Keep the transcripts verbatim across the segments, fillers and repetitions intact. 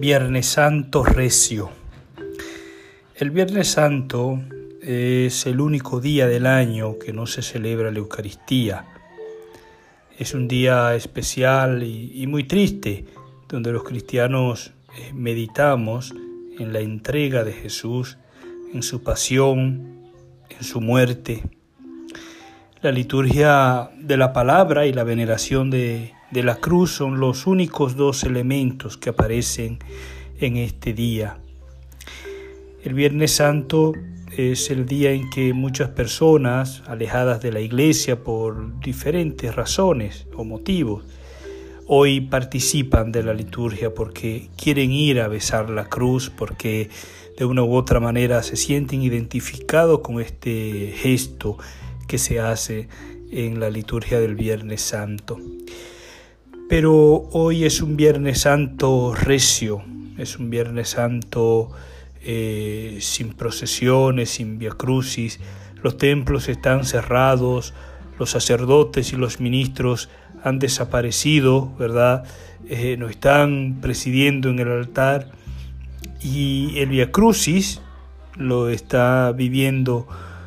Viernes Santo Recio. El Viernes Santo es el único día del año que no se celebra la Eucaristía. Es un día especial y, y muy triste, donde los cristianos eh, meditamos en la entrega de Jesús, en su pasión, en su muerte. La liturgia de la palabra y la veneración de, de la cruz son los únicos dos elementos que aparecen en este día. El Viernes Santo es el día en que muchas personas, alejadas de la iglesia por diferentes razones o motivos, hoy participan de la liturgia porque quieren ir a besar la cruz, porque de una u otra manera se sienten identificados con este gesto que se hace en la liturgia del Viernes Santo. Pero hoy es un Viernes Santo recio, es un Viernes Santo eh, sin procesiones, sin viacrucis. Los templos están cerrados, los sacerdotes y los ministros han desaparecido, ¿verdad? Eh, no están presidiendo en el altar y el viacrucis lo está viviendo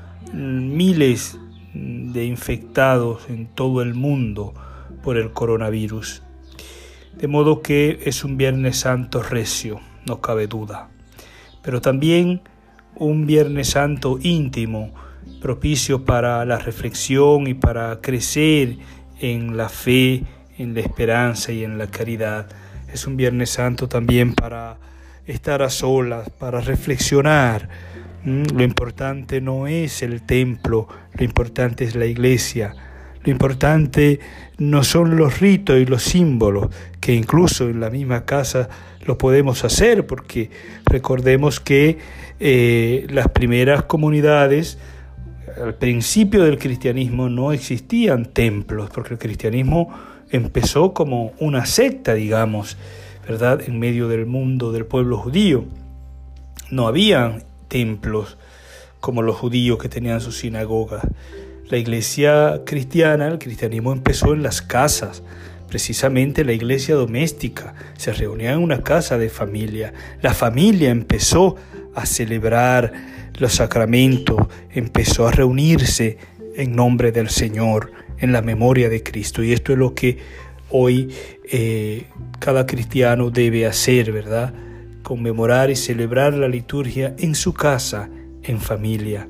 miles de infectados en todo el mundo por el coronavirus. De modo que es un Viernes Santo recio, no cabe duda. Pero también un Viernes Santo íntimo, propicio para la reflexión y para crecer en la fe, en la esperanza y en la caridad. Es un Viernes Santo también para estar a solas, para reflexionar. Lo importante no es el templo, lo importante es la iglesia. Lo importante no son los ritos y los símbolos, que incluso en la misma casa lo podemos hacer, porque recordemos que eh, las primeras comunidades, al principio del cristianismo, no existían templos, porque el cristianismo empezó como una secta, digamos, ¿verdad?, en medio del mundo del pueblo judío. No habían templos como los judíos que tenían sus sinagogas. La iglesia cristiana, el cristianismo empezó en las casas, precisamente la iglesia doméstica. Se reunía en una casa de familia. La familia empezó a celebrar los sacramentos, empezó a reunirse en nombre del Señor, en la memoria de Cristo. Y esto es lo que hoy eh, cada cristiano debe hacer, ¿verdad? Conmemorar y celebrar la liturgia en su casa, en familia.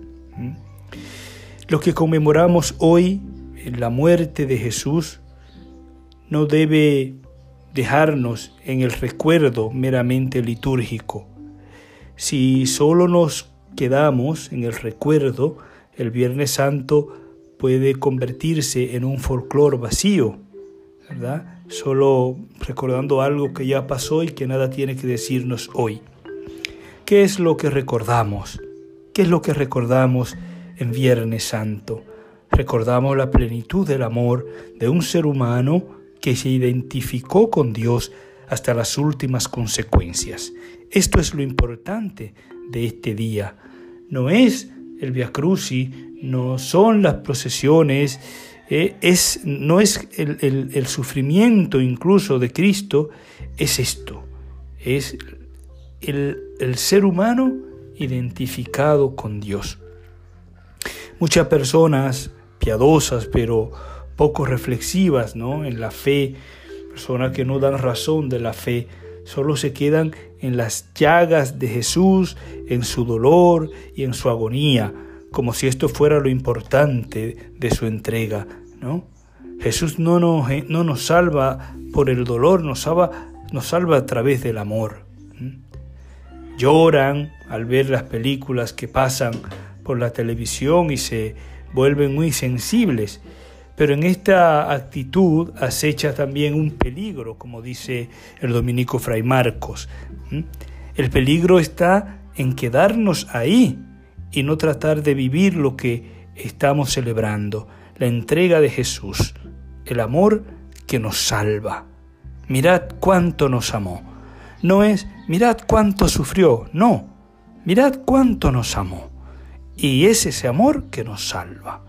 Lo que conmemoramos hoy, en la muerte de Jesús, no debe dejarnos en el recuerdo meramente litúrgico. Si solo nos quedamos en el recuerdo, el Viernes Santo puede convertirse en un folclore vacío, ¿verdad?, solo recordando algo que ya pasó y que nada tiene que decirnos hoy. ¿Qué es lo que recordamos? ¿Qué es lo que recordamos en Viernes Santo? Recordamos la plenitud del amor de un ser humano que se identificó con Dios hasta las últimas consecuencias. Esto es lo importante de este día. No es el Via Crucis, no son las procesiones, Eh, es, no es el, el, el sufrimiento incluso de Cristo, es esto, es el, el ser humano identificado con Dios. Muchas personas piadosas, pero poco reflexivas, ¿no?, en la fe, personas que no dan razón de la fe, solo se quedan en las llagas de Jesús, en su dolor y en su agonía, como si esto fuera lo importante de su entrega, ¿no? Jesús no nos, no nos salva por el dolor, nos salva, nos salva a través del amor. ¿Mm? Lloran al ver las películas que pasan por la televisión y se vuelven muy sensibles, pero en esta actitud acecha también un peligro, como dice el dominico Fray Marcos. ¿Mm? El peligro está en quedarnos ahí y no tratar de vivir lo que estamos celebrando, la entrega de Jesús, el amor que nos salva. Mirad cuánto nos amó. No es, mirad cuánto sufrió, no, mirad cuánto nos amó. Y es ese amor que nos salva.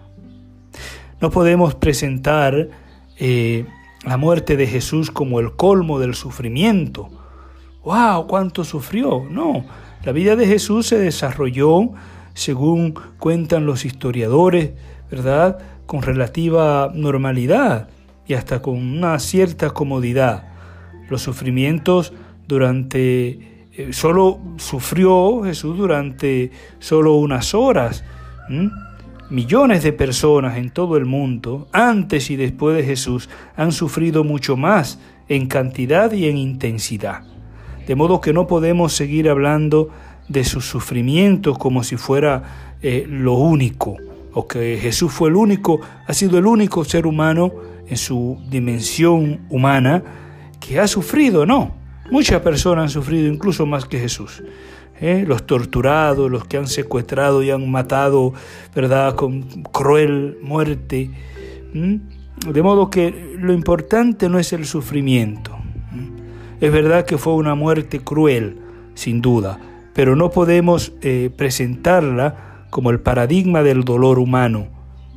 No podemos presentar eh, la muerte de Jesús como el colmo del sufrimiento, ¡wow! ¿Cuánto sufrió? No, la vida de Jesús se desarrolló, según cuentan los historiadores, ¿verdad?, con relativa normalidad y hasta con una cierta comodidad. Los sufrimientos durante, eh, solo sufrió Jesús durante solo unas horas. ¿Mm? Millones de personas en todo el mundo, antes y después de Jesús, han sufrido mucho más en cantidad y en intensidad. De modo que no podemos seguir hablando de sus sufrimientos como si fuera eh, lo único, o que Jesús fue el único, ha sido el único ser humano en su dimensión humana que ha sufrido. No, muchas personas han sufrido incluso más que Jesús. ¿Eh? Los torturados, los que han secuestrado y han matado, ¿verdad?, con cruel muerte. ¿Mm? De modo que lo importante no es el sufrimiento. ¿Mm? Es verdad que fue una muerte cruel, sin duda, pero no podemos eh, presentarla como el paradigma del dolor humano.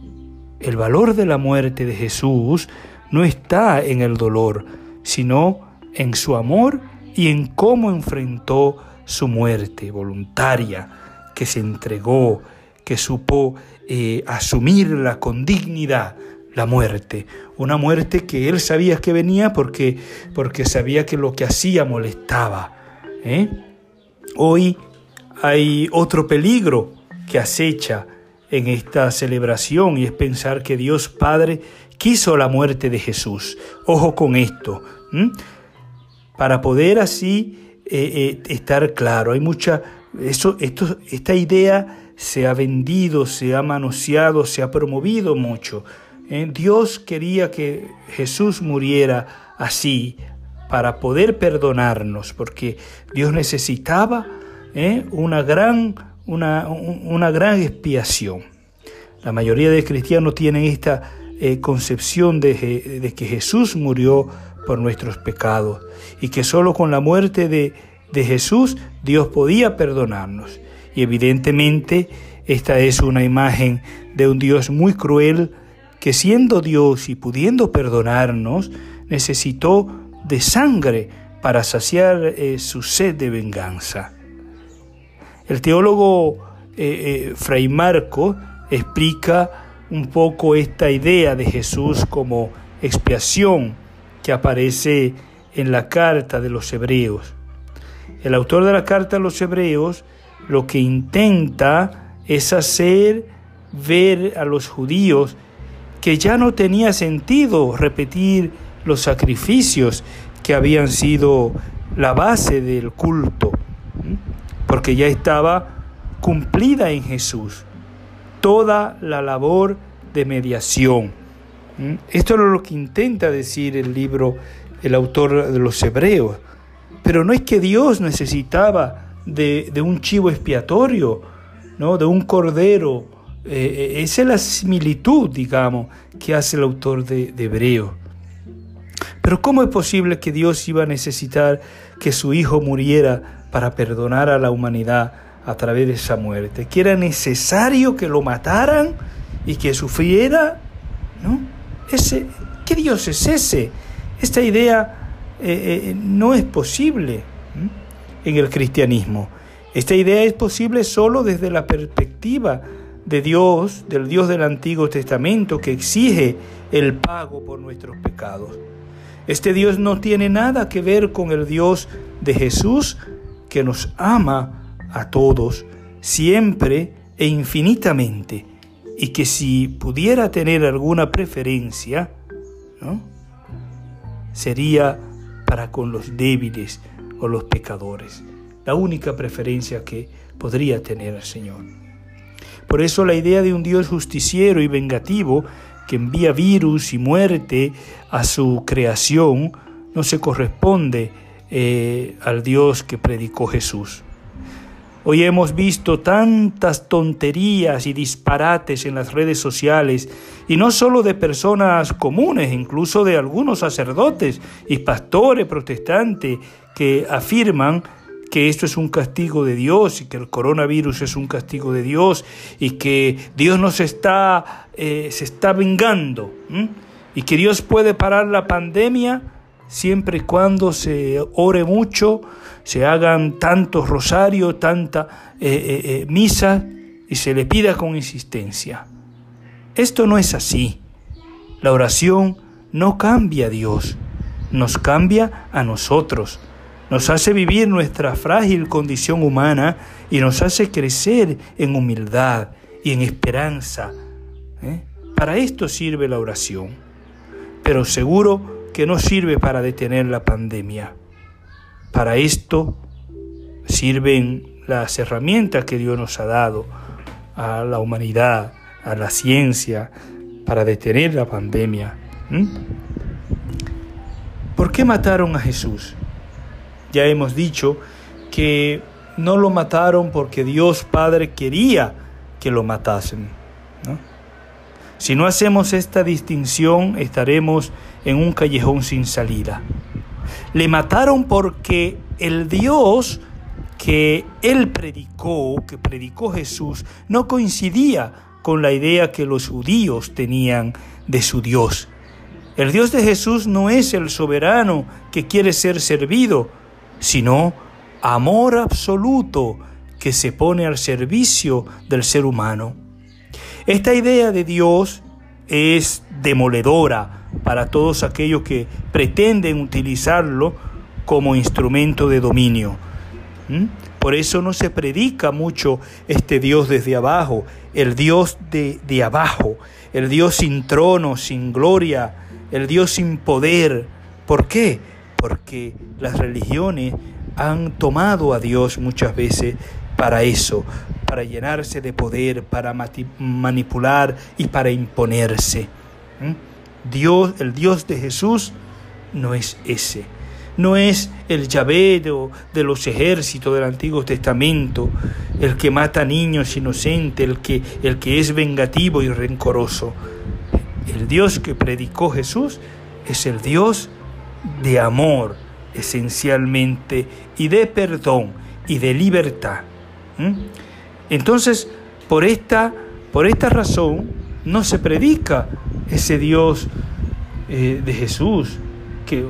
El valor de la muerte de Jesús no está en el dolor, sino en su amor y en cómo enfrentó su muerte voluntaria, que se entregó, que supo eh, asumirla con dignidad, la muerte. Una muerte que él sabía que venía porque, porque sabía que lo que hacía molestaba. ¿eh? Hoy hay otro peligro que acecha en esta celebración, y es pensar que Dios Padre quiso la muerte de Jesús. Ojo con esto, ¿m? Para poder así eh, eh, estar claro. Hay mucha, eso, esto, esta idea se ha vendido, se ha manoseado, se ha promovido mucho. ¿eh? Dios quería que Jesús muriera así para poder perdonarnos, porque Dios necesitaba ¿eh? una gran Una, una gran expiación. La mayoría de cristianos tienen esta eh, concepción de, de que Jesús murió por nuestros pecados y que solo con la muerte de, de Jesús Dios podía perdonarnos. Y evidentemente esta es una imagen de un Dios muy cruel que, siendo Dios y pudiendo perdonarnos, necesitó de sangre para saciar eh, su sed de venganza. El teólogo eh, eh, Fray Marco explica un poco esta idea de Jesús como expiación que aparece en la carta de los Hebreos. El autor de la carta a los Hebreos lo que intenta es hacer ver a los judíos que ya no tenía sentido repetir los sacrificios que habían sido la base del culto, porque ya estaba cumplida en Jesús toda la labor de mediación. Esto es lo que intenta decir el libro, el autor de los Hebreos. Pero no es que Dios necesitaba de, de un chivo expiatorio, ¿no?, de un cordero. Eh, esa es la similitud, digamos, que hace el autor de, de Hebreos. Pero ¿cómo es posible que Dios iba a necesitar que su Hijo muriera para perdonar a la humanidad a través de esa muerte? ¿Que era necesario que lo mataran y que sufriera? ¿No? Ese, ¿qué Dios es ese? Esta idea eh, eh, no es posible ¿eh? en el cristianismo. Esta idea es posible solo desde la perspectiva de Dios, del Dios del Antiguo Testamento, que exige el pago por nuestros pecados. Este Dios no tiene nada que ver con el Dios de Jesús, que nos ama a todos, siempre e infinitamente, y que si pudiera tener alguna preferencia, ¿no?, sería para con los débiles o los pecadores. La única preferencia que podría tener el Señor. Por eso la idea de un Dios justiciero y vengativo que envía virus y muerte a su creación no se corresponde eh, al Dios que predicó Jesús. Hoy hemos visto tantas tonterías y disparates en las redes sociales, y no solo de personas comunes, incluso de algunos sacerdotes y pastores protestantes que afirman que esto es un castigo de Dios y que el coronavirus es un castigo de Dios y que Dios nos está, eh, se está vengando, ¿m? y que Dios puede parar la pandemia siempre y cuando se ore mucho, se hagan tantos rosarios, tanta eh, eh, eh, misa y se le pida con insistencia. Esto no es así. La oración no cambia a Dios, nos cambia a nosotros, nos hace vivir nuestra frágil condición humana y nos hace crecer en humildad y en esperanza. ¿Eh? Para esto sirve la oración, pero seguro que no sirve para detener la pandemia. Para esto sirven las herramientas que Dios nos ha dado a la humanidad, a la ciencia, para detener la pandemia. ¿Mm? ¿Por qué mataron a Jesús? Ya hemos dicho que no lo mataron porque Dios Padre quería que lo matasen, ¿no? Si no hacemos esta distinción, estaremos en un callejón sin salida. Le mataron porque el Dios que él predicó, que predicó Jesús, no coincidía con la idea que los judíos tenían de su Dios. El Dios de Jesús no es el soberano que quiere ser servido, sino amor absoluto que se pone al servicio del ser humano. Esta idea de Dios es demoledora para todos aquellos que pretenden utilizarlo como instrumento de dominio. ¿Mm? Por eso no se predica mucho este Dios desde abajo, el Dios de, de abajo, el Dios sin trono, sin gloria, el Dios sin poder. ¿Por qué? Porque las religiones han tomado a Dios muchas veces para eso, para llenarse de poder, para manipular y para imponerse. ¿Mm? Dios, el Dios de Jesús no es ese. No es el Yahvé de, de los ejércitos del Antiguo Testamento, el que mata niños inocentes, el que, el que es vengativo y rencoroso. El Dios que predicó Jesús es el Dios de amor, esencialmente, y de perdón y de libertad. ¿Mm? Entonces, por esta, por esta razón, no se predica ese Dios eh, de Jesús, que...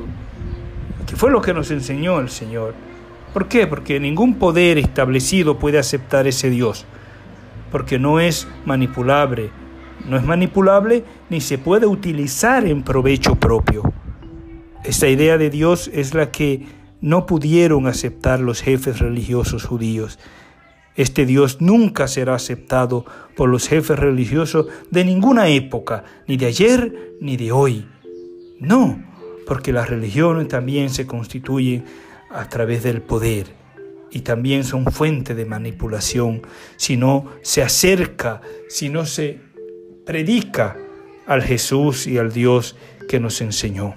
que fue lo que nos enseñó el Señor. ¿Por qué? Porque ningún poder establecido puede aceptar ese Dios, porque no es manipulable, no es manipulable ni se puede utilizar en provecho propio. Esta idea de Dios es la que no pudieron aceptar los jefes religiosos judíos. Este Dios nunca será aceptado por los jefes religiosos de ninguna época, ni de ayer ni de hoy. No, porque las religiones también se constituyen a través del poder y también son fuente de manipulación si no se acerca, si no se predica al Jesús y al Dios que nos enseñó.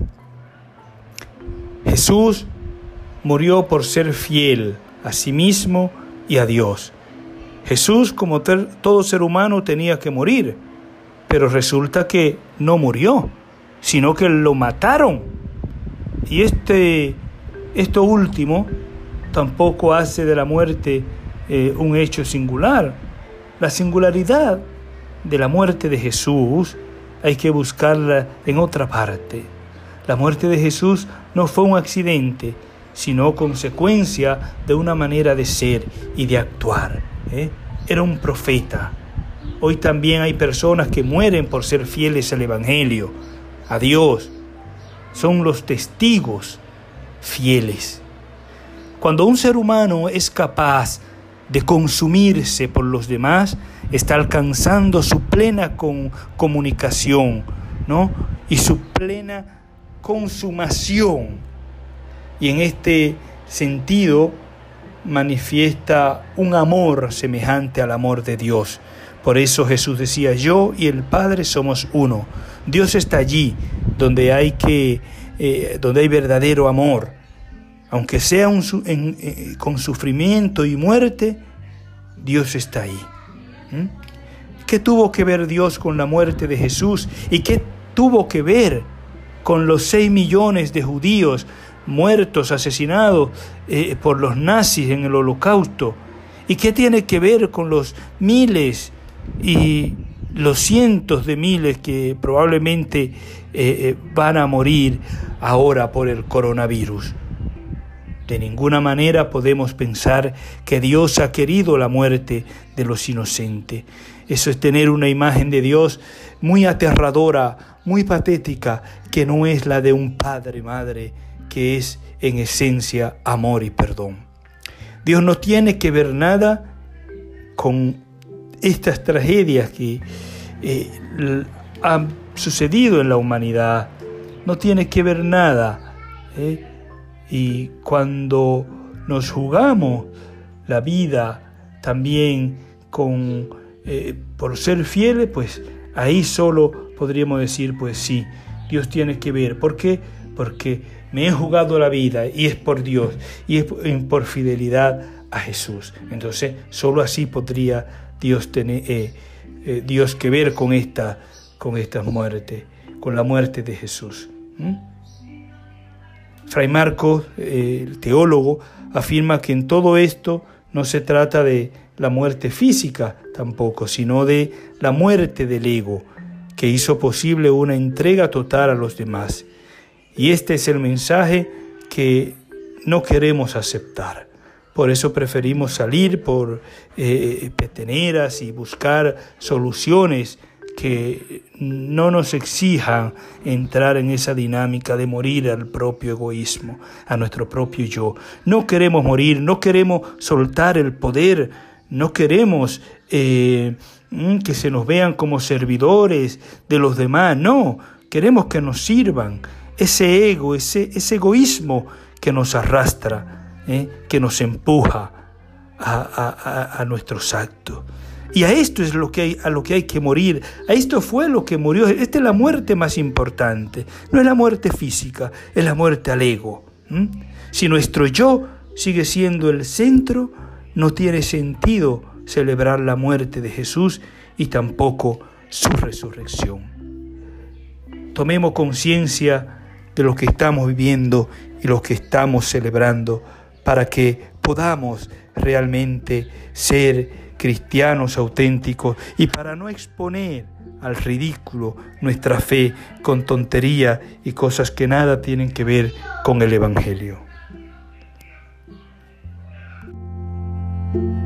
Jesús murió por ser fiel a sí mismo y a Dios. Jesús, como ter, todo ser humano, tenía que morir, pero resulta que no murió, sino que lo mataron. Y este, esto último tampoco hace de la muerte eh, un hecho singular. La singularidad de la muerte de Jesús hay que buscarla en otra parte. La muerte de Jesús no fue un accidente, sino consecuencia de una manera de ser y de actuar. ¿eh? Era un profeta. Hoy también hay personas que mueren por ser fieles al Evangelio, a Dios. Son los testigos fieles. Cuando un ser humano es capaz de consumirse por los demás, está alcanzando su plena con, comunicación, ¿no? Y su plena consumación. Y en este sentido manifiesta un amor semejante al amor de Dios. Por eso Jesús decía, yo y el Padre somos uno. Dios está allí donde hay que, eh, donde hay verdadero amor, aunque sea un, en, eh, con sufrimiento y muerte, Dios está ahí. ¿Mm? ¿Qué tuvo que ver Dios con la muerte de Jesús? ¿Y qué tuvo que ver con los seis millones de judíos muertos, asesinados eh, por los nazis en el Holocausto? ¿Y qué tiene que ver con los miles y los cientos de miles que probablemente eh, eh, van a morir ahora por el coronavirus. De ninguna manera podemos pensar que Dios ha querido la muerte de los inocentes. Eso es tener una imagen de Dios muy aterradora, muy patética, que no es la de un padre, madre, que es en esencia amor y perdón. Dios no tiene que ver nada con estas tragedias que eh, han sucedido en la humanidad. No tiene que ver nada. ¿eh? Y cuando nos jugamos la vida también con, eh, por ser fieles, pues ahí solo podríamos decir, pues sí, Dios tiene que ver. ¿Por qué? Porque me he jugado la vida y es por Dios y es por fidelidad a Jesús. Entonces, solo así podría Dios tener eh, eh, Dios que ver con esta, con esta muerte, con la muerte de Jesús. ¿Mm? Fray Marcos, eh, el teólogo, afirma que en todo esto no se trata de la muerte física tampoco, sino de la muerte del ego, que hizo posible una entrega total a los demás. Y este es el mensaje que no queremos aceptar. Por eso preferimos salir por eh, peteneras y buscar soluciones que no nos exijan entrar en esa dinámica de morir al propio egoísmo, a nuestro propio yo. No queremos morir, no queremos soltar el poder, no queremos eh, que se nos vean como servidores de los demás, no, queremos que nos sirvan. Ese ego, ese, ese egoísmo que nos arrastra, eh, que nos empuja a, a, a nuestros actos. Y a esto es lo que hay, a lo que hay que morir. A esto fue lo que murió. Esta es la muerte más importante. No es la muerte física, es la muerte al ego. ¿Mm? Si nuestro yo sigue siendo el centro, no tiene sentido celebrar la muerte de Jesús y tampoco su resurrección. Tomemos conciencia de lo que estamos viviendo y lo que estamos celebrando para que podamos realmente ser cristianos auténticos y para no exponer al ridículo nuestra fe con tontería y cosas que nada tienen que ver con el Evangelio.